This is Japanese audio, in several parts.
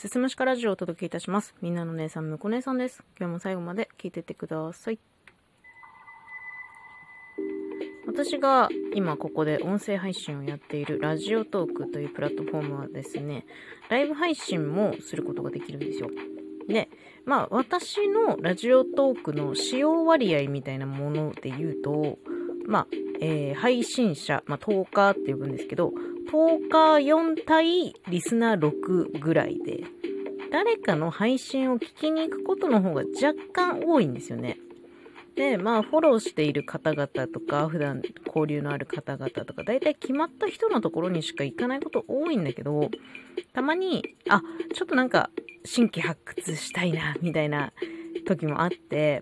すすむしかラジオをお届けいたします。みんなの姉さん、むこ姉さんです。今日も最後まで聞いてってください。私が今ここで音声配信をやっているラジオトークというプラットフォームはですね、ライブ配信もすることができるんですよ。で、私のラジオトークの使用割合みたいなもので言うと、配信者、トーカーって呼ぶんですけど、トーカー4対リスナー6ぐらいで、誰かの配信を聞きに行くことの方が若干多いんですよね。で、フォローしている方々とか、普段交流のある方々とか、だいたい決まった人のところにしか行かないこと多いんだけど、たまに、ちょっと新規発掘したいな、みたいな時もあって、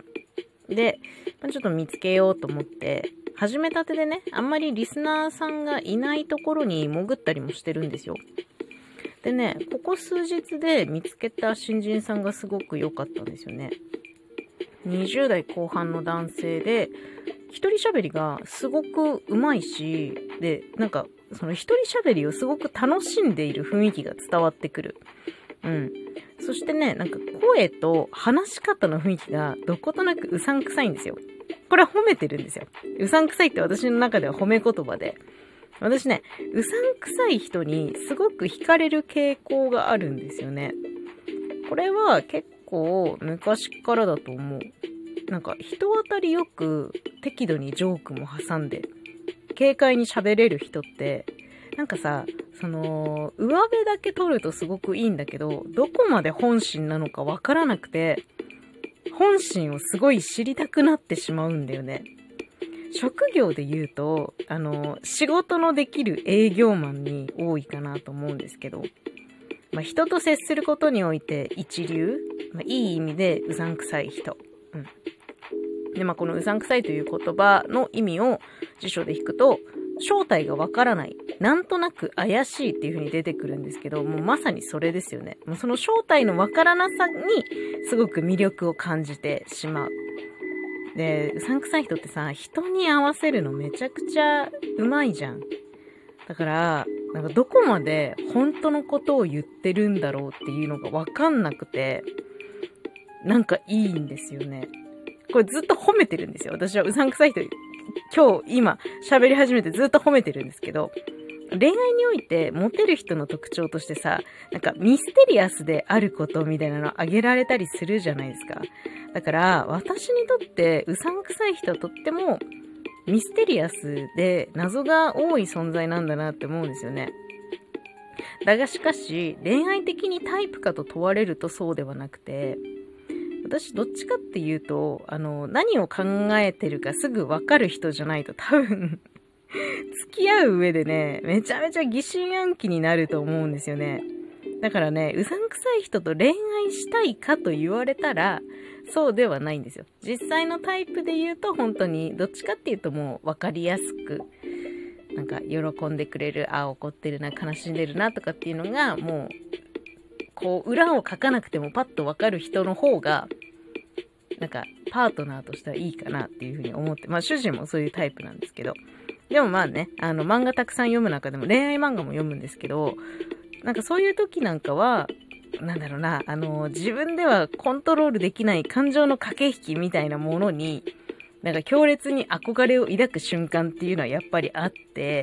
で、ちょっと見つけようと思って、始めたてでね、あんまりリスナーさんがいないところに潜ったりもしてるんですよ。でね、ここ数日で見つけた新人さんがすごく良かったんですよね。20代後半の男性で、一人喋りがすごく上手いし、で、その一人喋りをすごく楽しんでいる雰囲気が伝わってくる。そしてね、声と話し方の雰囲気がどことなくうさんくさいんですよ。これは褒めてるんですよ。うさんくさいって私の中では褒め言葉で。私ね、うさんくさい人にすごく惹かれる傾向があるんですよね。これは結構昔からだと思う。人当たりよく適度にジョークも挟んで、軽快に喋れる人って、上辺だけ取るとすごくいいんだけど、どこまで本心なのかわからなくて、本心をすごい知りたくなってしまうんだよね。職業で言うと、仕事のできる営業マンに多いかなと思うんですけど、人と接することにおいて一流、いい意味でうさんくさい人。で、このうさんくさいという言葉の意味を辞書で引くと、正体がわからない、なんとなく怪しいっていう風に出てくるんですけど、もうまさにそれですよね。もうその正体のわからなさにすごく魅力を感じてしまう。で、うさんくさい人ってさ、人に合わせるのめちゃくちゃうまいじゃん。だから、どこまで本当のことを言ってるんだろうっていうのがわかんなくて、いいんですよね。これずっと褒めてるんですよ。私はうさんくさい人、今喋り始めてずっと褒めてるんですけど、恋愛においてモテる人の特徴としてさ、ミステリアスであることみたいなの挙げられたりするじゃないですか。だから私にとってうさんくさい人はとってもミステリアスで謎が多い存在なんだなって思うんですよね。だがしかし恋愛的にタイプかと問われるとそうではなくて、私どっちかっていうと何を考えてるかすぐわかる人じゃないと多分付き合う上でね、めちゃめちゃ疑心暗鬼になると思うんですよね。だからね、うさんくさい人と恋愛したいかと言われたらそうではないんですよ。実際のタイプで言うと本当にどっちかっていうともう分かりやすく喜んでくれる、怒ってるな、悲しんでるなとかっていうのがもうこう裏を書かなくてもパッと分かる人の方がパートナーとしてはいいかなっていうふうに思って、主人もそういうタイプなんですけど、でも漫画たくさん読む中でも恋愛漫画も読むんですけど、そういう時は自分ではコントロールできない感情の駆け引きみたいなものに強烈に憧れを抱く瞬間っていうのはやっぱりあって、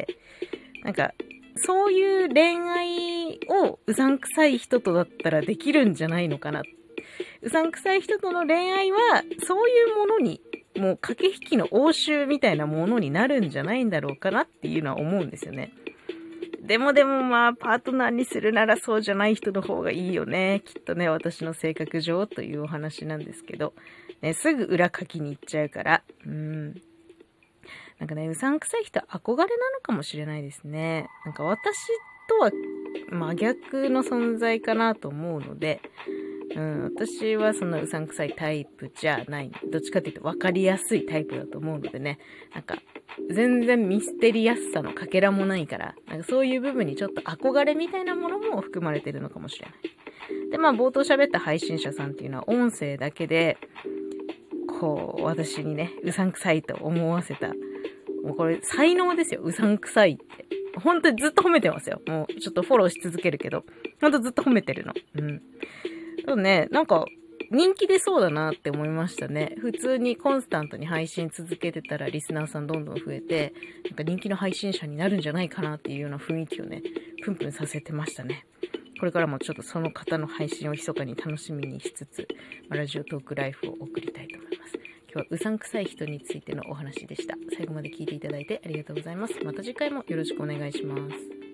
そういう恋愛をうさんくさい人とだったらできるんじゃないのかな。うさんくさい人との恋愛はそういうものに、もう駆け引きの応酬みたいなものになるんじゃないんだろうかなっていうのは思うんですよね。でもパートナーにするならそうじゃない人の方がいいよね。きっとね、私の性格上というお話なんですけど、ね、すぐ裏書きに行っちゃうから、うさんくさい人は憧れなのかもしれないですね。私とは真逆の存在かなと思うので、私はそんなうさんくさいタイプじゃない。どっちかっていうと分かりやすいタイプだと思うのでね。全然ミステリアスさのかけらもないから、そういう部分にちょっと憧れみたいなものも含まれてるのかもしれない。で、冒頭喋った配信者さんっていうのは音声だけで、私にね、うさんくさいと思わせた。もうこれ才能ですよ、うさんくさいって。 本当にずっと褒めてますよ。もうちょっとフォローし続けるけど、本当ずっと褒めてるの。そうね、なんか、人気出そうだなって思いましたね。普通にコンスタントに配信続けてたらリスナーさんどんどん増えて、なんか人気の配信者になるんじゃないかなっていうような雰囲気をね、プンプンさせてましたね。これからもちょっとその方の配信を密かに楽しみにしつつ、ラジオトークライフを送りたいと思います。今日はうさんくさい人についてのお話でした。最後まで聞いていただいてありがとうございます。また次回もよろしくお願いします。